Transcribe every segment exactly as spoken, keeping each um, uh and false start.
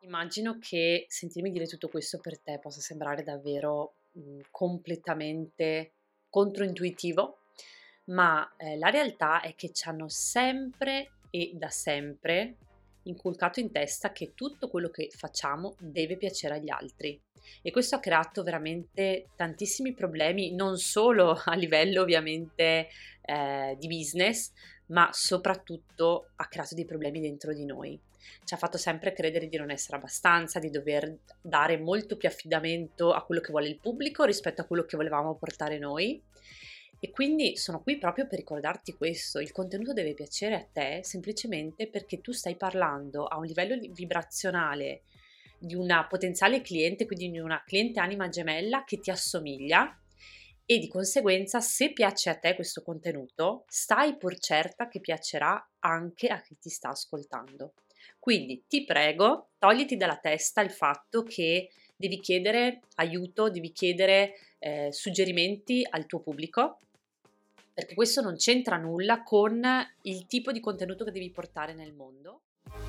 Immagino che sentirmi dire tutto questo per te possa sembrare davvero, mhmm, completamente controintuitivo, ma, ehm, la realtà è che c'hanno sempre e da sempre inculcato in testa che tutto quello che facciamo deve piacere agli altri. E questo ha creato veramente tantissimi problemi, non solo a livello ovviamente, ehm, di business, ma soprattutto ha creato dei problemi dentro di noi. Ci ha fatto sempre credere di non essere abbastanza, di dover dare molto più affidamento a quello che vuole il pubblico rispetto a quello che volevamo portare noi. E quindi sono qui proprio per ricordarti questo: il contenuto deve piacere a te semplicemente perché tu stai parlando a un livello di- vibrazionale di una potenziale cliente, quindi di una cliente anima gemella che ti assomiglia, e di conseguenza, se piace a te questo contenuto, stai pur certa che piacerà anche a chi ti sta ascoltando. Quindi ti prego, togliti dalla testa il fatto che devi chiedere aiuto, devi chiedere eh, suggerimenti al tuo pubblico, perché questo non c'entra nulla con il tipo di contenuto che devi portare nel mondo.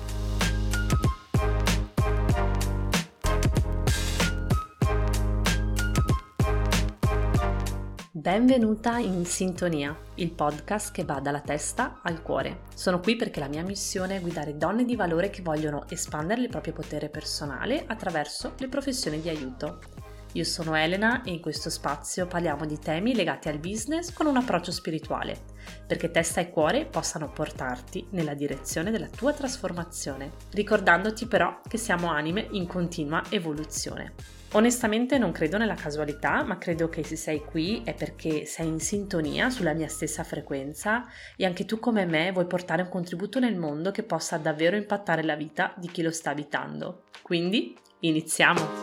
Benvenuta in Sintonia, il podcast che va dalla testa al cuore. Sono qui perché la mia missione è guidare donne di valore che vogliono espandere il proprio potere personale attraverso le professioni di aiuto. Io sono Elena e in questo spazio parliamo di temi legati al business con un approccio spirituale, perché testa e cuore possano portarti nella direzione della tua trasformazione, ricordandoti però che siamo anime in continua evoluzione. Onestamente non credo nella casualità, ma credo che se sei qui è perché sei in sintonia sulla mia stessa frequenza e anche tu come me vuoi portare un contributo nel mondo che possa davvero impattare la vita di chi lo sta abitando. Quindi, iniziamo!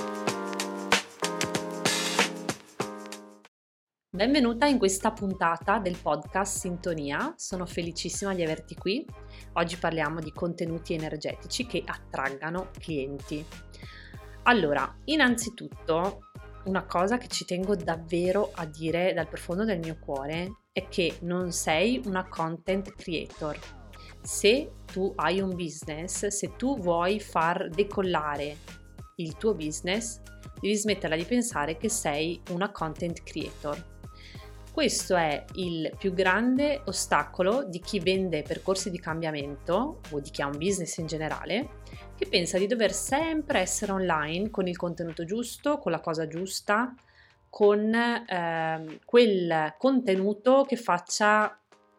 Benvenuta in questa puntata del podcast Sintonia, sono felicissima di averti qui. Oggi parliamo di contenuti energetici che attraggano clienti. Allora, innanzitutto, una cosa che ci tengo davvero a dire dal profondo del mio cuore è che non sei una content creator. Se tu hai un business, se tu vuoi far decollare il tuo business, devi smetterla di pensare che sei una content creator. Questo è il più grande ostacolo di chi vende percorsi di cambiamento o di chi ha un business in generale, che pensa di dover sempre essere online con il contenuto giusto, con la cosa giusta, con eh, quel contenuto che faccia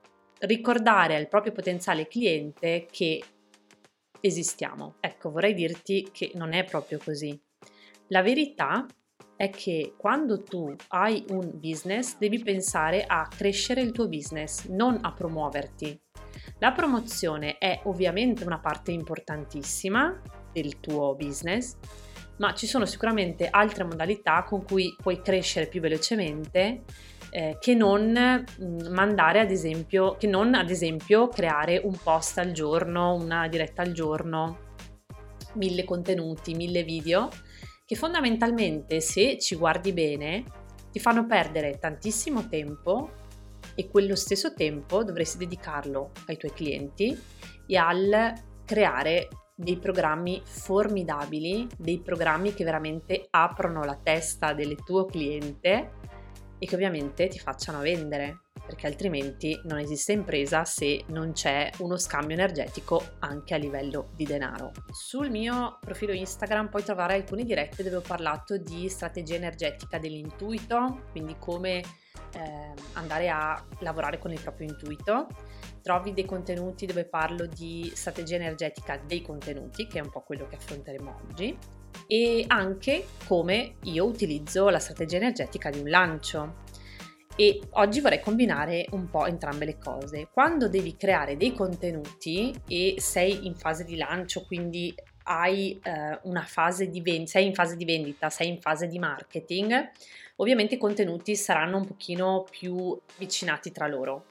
ricordare al proprio potenziale cliente che esistiamo. Ecco, vorrei dirti che non è proprio così. La verità è che quando tu hai un business devi pensare a crescere il tuo business, non a promuoverti. La promozione è ovviamente una parte importantissima del tuo business, ma ci sono sicuramente altre modalità con cui puoi crescere più velocemente eh, che non mh, mandare ad esempio, che non ad esempio creare un post al giorno, una diretta al giorno, mille contenuti, mille video, che fondamentalmente, se ci guardi bene, ti fanno perdere tantissimo tempo e quello stesso tempo dovresti dedicarlo ai tuoi clienti e al creare dei programmi formidabili, dei programmi che veramente aprono la testa del tuo cliente e che ovviamente ti facciano vendere, perché altrimenti non esiste impresa se non c'è uno scambio energetico anche a livello di denaro. Sul mio profilo Instagram puoi trovare alcune dirette dove ho parlato di strategia energetica dell'intuito, quindi come eh, andare a lavorare con il proprio intuito. Trovi dei contenuti dove parlo di strategia energetica dei contenuti, che è un po' quello che affronteremo oggi, e anche come io utilizzo la strategia energetica di un lancio. E oggi vorrei combinare un po' entrambe le cose. Quando devi creare dei contenuti e sei in fase di lancio, quindi hai eh, una fase di vendita, sei in fase di vendita, sei in fase di marketing, ovviamente i contenuti saranno un pochino più avvicinati tra loro.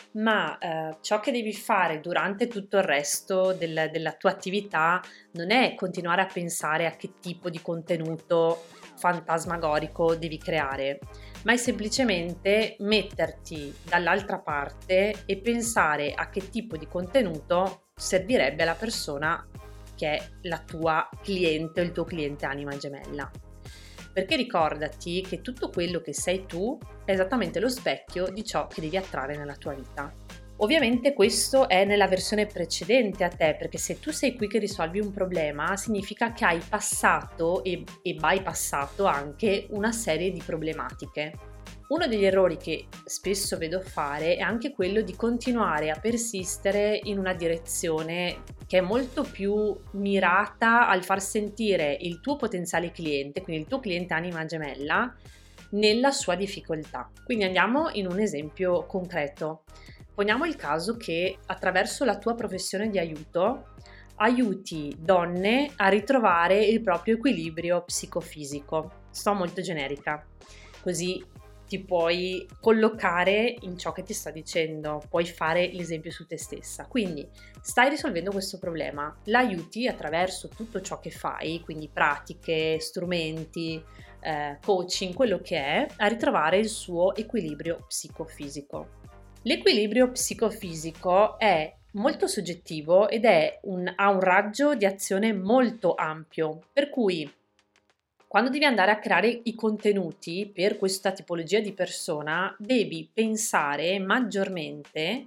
Ma eh, ciò che devi fare durante tutto il resto del, della tua attività non è continuare a pensare a che tipo di contenuto fantasmagorico devi creare, ma è semplicemente metterti dall'altra parte e pensare a che tipo di contenuto servirebbe alla persona che che è la tua cliente o il tuo cliente anima gemella. Perché ricordati che tutto quello che sei tu è esattamente lo specchio di ciò che devi attrarre nella tua vita. Ovviamente questo è nella versione precedente a te, perché se tu sei qui che risolvi un problema, significa che hai passato e, e bypassato anche una serie di problematiche. Uno degli errori che spesso vedo fare è anche quello di continuare a persistere in una direzione che è molto più mirata al far sentire il tuo potenziale cliente, quindi il tuo cliente anima gemella, nella sua difficoltà. Quindi andiamo in un esempio concreto. Poniamo il caso che attraverso la tua professione di aiuto aiuti donne a ritrovare il proprio equilibrio psicofisico. Sto molto generica, così ti puoi collocare in ciò che ti sto dicendo, puoi fare l'esempio su te stessa. Quindi stai risolvendo questo problema, l'aiuti attraverso tutto ciò che fai, quindi pratiche, strumenti, eh, coaching, quello che è, a ritrovare il suo equilibrio psicofisico. L'equilibrio psicofisico è molto soggettivo ed è un, ha un raggio di azione molto ampio, per cui quando devi andare a creare i contenuti per questa tipologia di persona, devi pensare maggiormente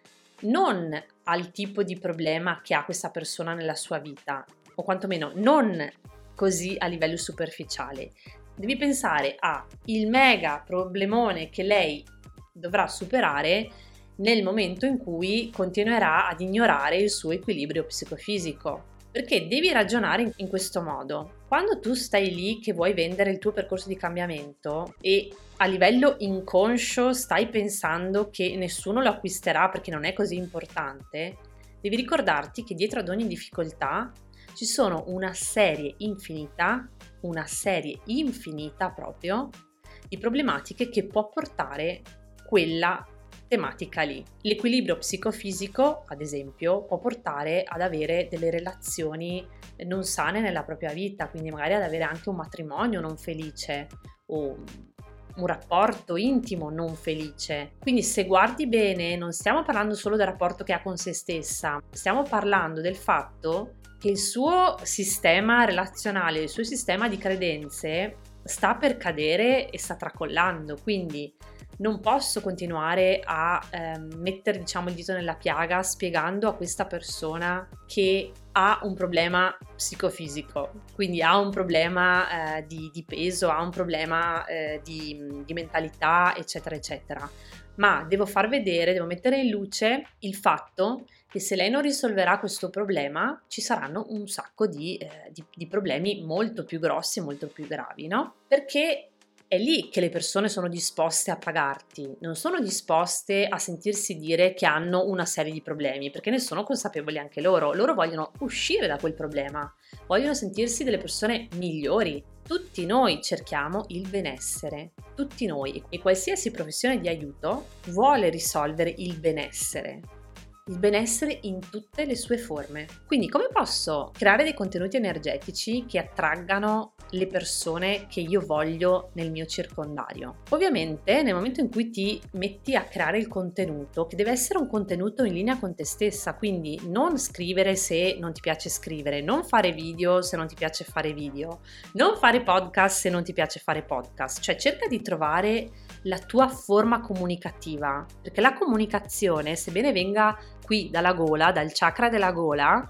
non al tipo di problema che ha questa persona nella sua vita, o quantomeno non così a livello superficiale. Devi pensare a il mega problemone che lei dovrà superare nel momento in cui continuerà ad ignorare il suo equilibrio psicofisico. Perché devi ragionare in questo modo. Quando tu stai lì che vuoi vendere il tuo percorso di cambiamento e a livello inconscio stai pensando che nessuno lo acquisterà perché non è così importante, devi ricordarti che dietro ad ogni difficoltà ci sono una serie infinita, una serie infinita proprio, di problematiche che può portare quella tematica lì. L'equilibrio psicofisico, ad esempio, può portare ad avere delle relazioni non sane nella propria vita, quindi magari ad avere anche un matrimonio non felice o un rapporto intimo non felice. Quindi se guardi bene, non stiamo parlando solo del rapporto che ha con se stessa, stiamo parlando del fatto che il suo sistema relazionale, il suo sistema di credenze sta per cadere e sta tracollando, quindi non posso continuare a eh, mettere, diciamo, il dito nella piaga spiegando a questa persona che ha un problema psicofisico, quindi ha un problema eh, di, di peso, ha un problema eh, di, di mentalità, eccetera, eccetera. Ma devo far vedere, devo mettere in luce il fatto che se lei non risolverà questo problema ci saranno un sacco di, eh, di, di problemi molto più grossi, molto più gravi, no? Perché è lì che le persone sono disposte a pagarti, non sono disposte a sentirsi dire che hanno una serie di problemi, perché ne sono consapevoli anche loro. Loro vogliono uscire da quel problema, vogliono sentirsi delle persone migliori. Tutti noi cerchiamo il benessere, tutti noi, e qualsiasi professione di aiuto vuole risolvere il benessere. Il benessere in tutte le sue forme. Quindi come posso creare dei contenuti energetici che attraggano le persone che io voglio nel mio circondario? Ovviamente nel momento in cui ti metti a creare il contenuto, che deve essere un contenuto in linea con te stessa, quindi non scrivere se non ti piace scrivere, non fare video se non ti piace fare video, non fare podcast se non ti piace fare podcast, cioè cerca di trovare la tua forma comunicativa, perché la comunicazione, sebbene venga qui dalla gola, dal chakra della gola,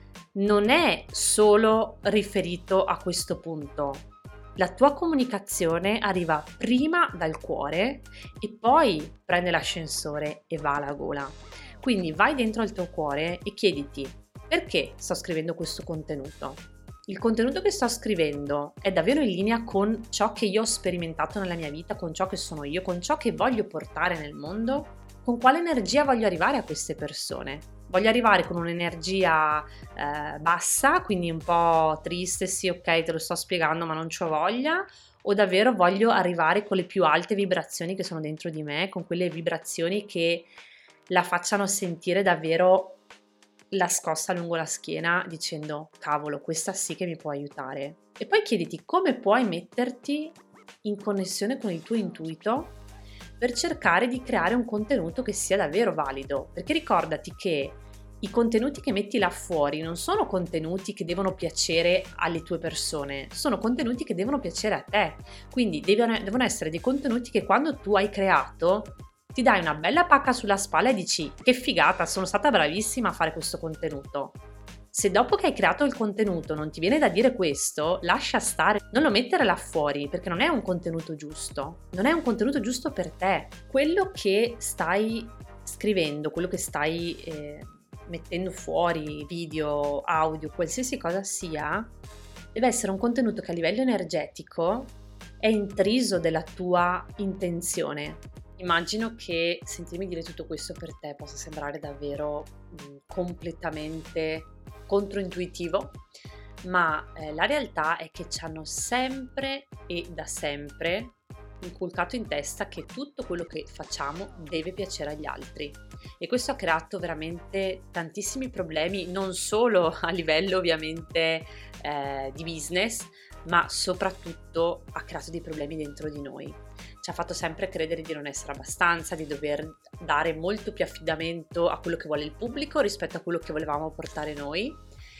non è solo riferito a questo punto. La tua comunicazione arriva prima dal cuore e poi prende l'ascensore e va alla gola. Quindi vai dentro al tuo cuore e chiediti: perché sto scrivendo questo contenuto? Il contenuto che sto scrivendo è davvero in linea con ciò che io ho sperimentato nella mia vita, con ciò che sono io, con ciò che voglio portare nel mondo? Con quale energia voglio arrivare a queste persone? Voglio arrivare con un'energia eh, bassa, quindi un po' triste, sì, ok, te lo sto spiegando, ma non c'ho voglia, o davvero voglio arrivare con le più alte vibrazioni che sono dentro di me, con quelle vibrazioni che la facciano sentire davvero la scossa lungo la schiena, dicendo: cavolo, questa sì che mi può aiutare. E poi chiediti come puoi metterti in connessione con il tuo intuito per cercare di creare un contenuto che sia davvero valido, perché ricordati che I contenuti che metti là fuori non sono contenuti che devono piacere alle tue persone, sono contenuti che devono piacere a te. Quindi devono, devono essere dei contenuti che quando tu hai creato ti dai una bella pacca sulla spalla e dici: che figata, sono stata bravissima a fare questo contenuto. Se dopo che hai creato il contenuto non ti viene da dire questo, lascia stare, non lo mettere là fuori, perché non è un contenuto giusto, non è un contenuto giusto per te. Quello che stai scrivendo, quello che stai eh, mettendo fuori, video, audio, qualsiasi cosa sia, deve essere un contenuto che a livello energetico è intriso della tua intenzione. Immagino che sentirmi dire tutto questo per te possa sembrare davvero mh, completamente controintuitivo, ma eh, la realtà è che ci hanno sempre e da sempre inculcato in testa che tutto quello che facciamo deve piacere agli altri, e questo ha creato veramente tantissimi problemi, non solo a livello ovviamente eh, di business, ma soprattutto ha creato dei problemi dentro di noi. Ci ha fatto sempre credere di non essere abbastanza, di dover dare molto più affidamento a quello che vuole il pubblico rispetto a quello che volevamo portare noi.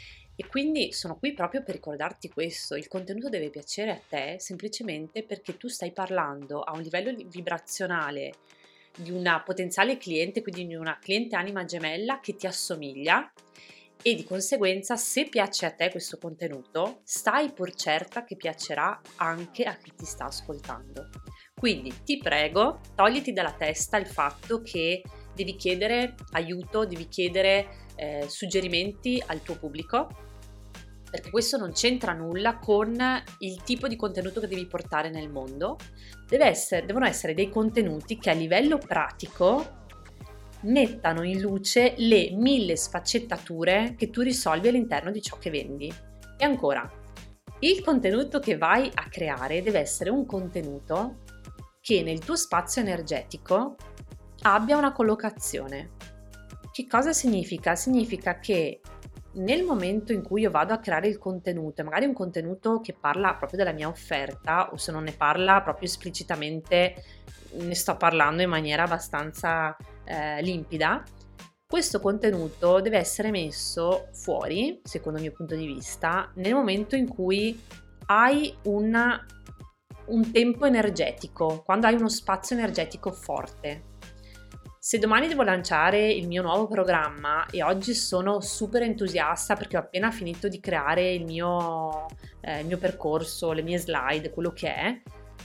E quindi sono qui proprio per ricordarti questo: il contenuto deve piacere a te semplicemente perché tu stai parlando a un livello vibrazionale di una potenziale cliente, quindi di una cliente anima gemella che ti assomiglia, e di conseguenza, se piace a te questo contenuto, stai pur certa che piacerà anche a chi ti sta ascoltando. Quindi ti prego, togliti dalla testa il fatto che devi chiedere aiuto, devi chiedere eh, suggerimenti al tuo pubblico, perché questo non c'entra nulla con il tipo di contenuto che devi portare nel mondo. Deve essere, devono essere dei contenuti che a livello pratico mettano in luce le mille sfaccettature che tu risolvi all'interno di ciò che vendi. E ancora, il contenuto che vai a creare deve essere un contenuto che nel tuo spazio energetico abbia una collocazione. Che cosa significa? Significa che nel momento in cui io vado a creare il contenuto, magari un contenuto che parla proprio della mia offerta, o se non ne parla proprio esplicitamente, ne sto parlando in maniera abbastanza eh, limpida, questo contenuto deve essere messo fuori, secondo il mio punto di vista, nel momento in cui hai una, un tempo energetico, quando hai uno spazio energetico forte. Se domani devo lanciare il mio nuovo programma e oggi sono super entusiasta perché ho appena finito di creare il mio, eh, il mio percorso, le mie slide, quello che è,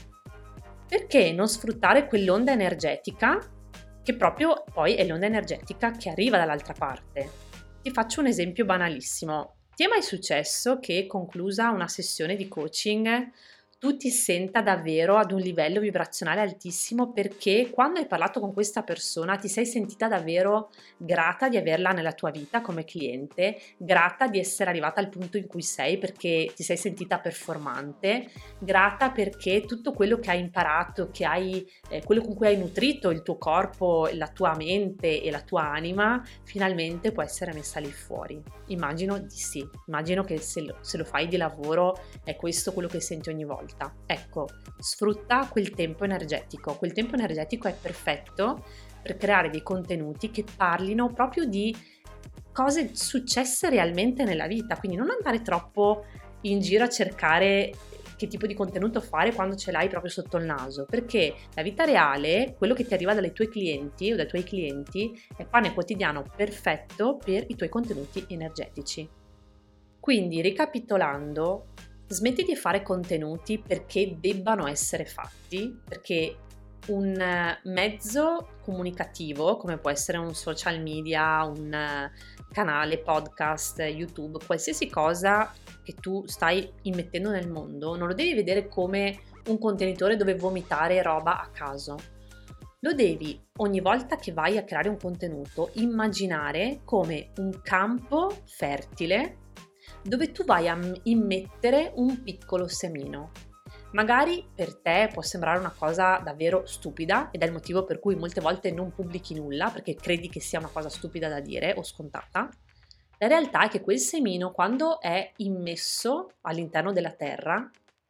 perché non sfruttare quell'onda energetica che proprio poi è l'onda energetica che arriva dall'altra parte? Ti faccio un esempio banalissimo. Ti è mai successo che, conclusa una sessione di coaching, tu ti senta davvero ad un livello vibrazionale altissimo perché quando hai parlato con questa persona ti sei sentita davvero grata di averla nella tua vita come cliente, grata di essere arrivata al punto in cui sei perché ti sei sentita performante, grata perché tutto quello che hai imparato, che hai, eh, quello con cui hai nutrito il tuo corpo, la tua mente e la tua anima, finalmente può essere messa lì fuori. Immagino di sì, immagino che se lo, se lo fai di lavoro è questo quello che senti ogni volta. Ecco, sfrutta quel tempo energetico. Quel tempo energetico è perfetto per creare dei contenuti che parlino proprio di cose successe realmente nella vita, quindi non andare troppo in giro a cercare che tipo di contenuto fare quando ce l'hai proprio sotto il naso, perché la vita reale, quello che ti arriva dalle tue clienti o dai tuoi clienti, è pane quotidiano perfetto per i tuoi contenuti energetici. Quindi, ricapitolando, smetti di fare contenuti perché debbano essere fatti, perché un mezzo comunicativo, come può essere un social media, un canale, podcast, YouTube, qualsiasi cosa che tu stai immettendo nel mondo, non lo devi vedere come un contenitore dove vomitare roba a caso. Lo devi, ogni volta che vai a creare un contenuto, immaginare come un campo fertile dove tu vai a immettere un piccolo semino. Magari per te può sembrare una cosa davvero stupida ed è il motivo per cui molte volte non pubblichi nulla perché credi che sia una cosa stupida da dire o scontata. La realtà è che quel semino, quando è immesso all'interno della terra,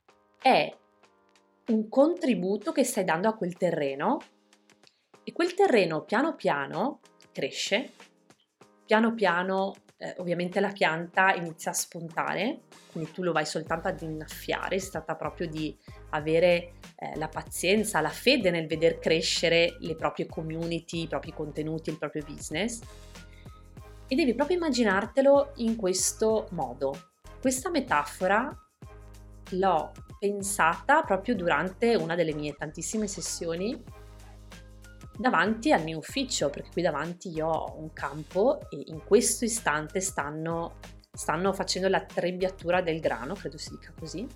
è un contributo che stai dando a quel terreno, e quel terreno piano piano cresce, piano piano eh, ovviamente la pianta inizia a spuntare, quindi tu lo vai soltanto ad innaffiare, si tratta proprio di avere eh, la pazienza, la fede nel veder crescere le proprie community, i propri contenuti, il proprio business, e devi proprio immaginartelo in questo modo. Questa metafora l'ho pensata proprio durante una delle mie tantissime sessioni davanti al mio ufficio, perché qui davanti io ho un campo e in questo istante stanno, stanno facendo la trebbiatura del grano, credo si dica così.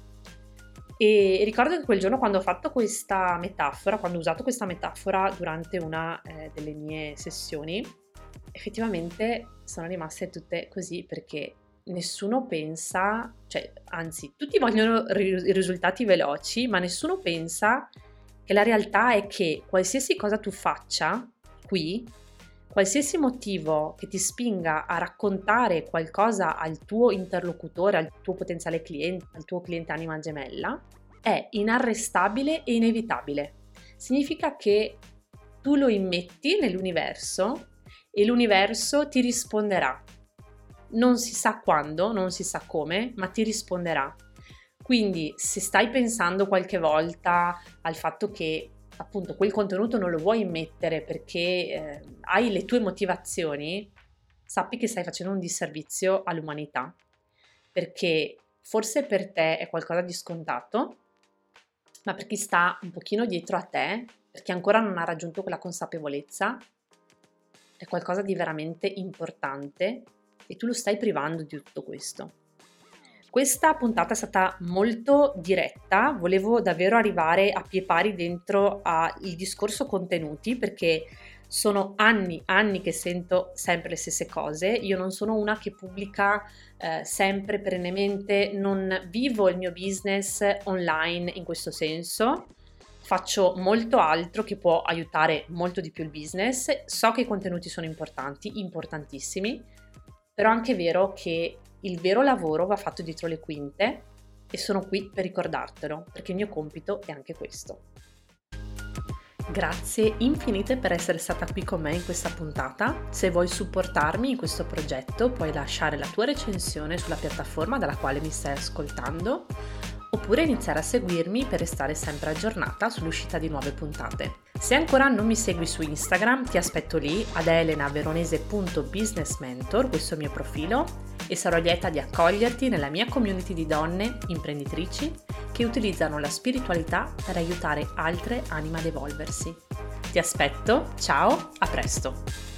E ricordo che quel giorno, quando ho fatto questa metafora, quando ho usato questa metafora durante una eh, delle mie sessioni, effettivamente sono rimaste tutte così, perché nessuno pensa, cioè anzi tutti vogliono ri- risultati veloci, ma nessuno pensa che la realtà è che qualsiasi cosa tu faccia qui, qualsiasi motivo che ti spinga a raccontare qualcosa al tuo interlocutore, al tuo potenziale cliente, al tuo cliente anima gemella, è inarrestabile e inevitabile. Significa che tu lo immetti nell'universo e l'universo ti risponderà. Non si sa quando, non si sa come, ma ti risponderà. Quindi se stai pensando qualche volta al fatto che appunto quel contenuto non lo vuoi immettere perché eh, hai le tue motivazioni, sappi che stai facendo un disservizio all'umanità, perché forse per te è qualcosa di scontato, ma per chi sta un pochino dietro a te, perché ancora non ha raggiunto quella consapevolezza, è qualcosa di veramente importante e tu lo stai privando di tutto questo. Questa puntata è stata molto diretta, volevo davvero arrivare a pie pari dentro al discorso contenuti, perché sono anni, anni che sento sempre le stesse cose. Io non sono una che pubblica eh, sempre, perennemente, non vivo il mio business online in questo senso. Faccio molto altro che può aiutare molto di più il business. So che i contenuti sono importanti, importantissimi, però è anche vero che il vero lavoro va fatto dietro le quinte e sono qui per ricordartelo, perché il mio compito è anche questo. Grazie infinite per essere stata qui con me in questa puntata. Se vuoi supportarmi in questo progetto, puoi lasciare la tua recensione sulla piattaforma dalla quale mi stai ascoltando, oppure iniziare a seguirmi per restare sempre aggiornata sull'uscita di nuove puntate. Se ancora non mi segui su Instagram, ti aspetto lì ad elena veronese punto business mentor, questo è il mio profilo, e sarò lieta di accoglierti nella mia community di donne imprenditrici che utilizzano la spiritualità per aiutare altre anime ad evolversi. Ti aspetto, ciao, a presto!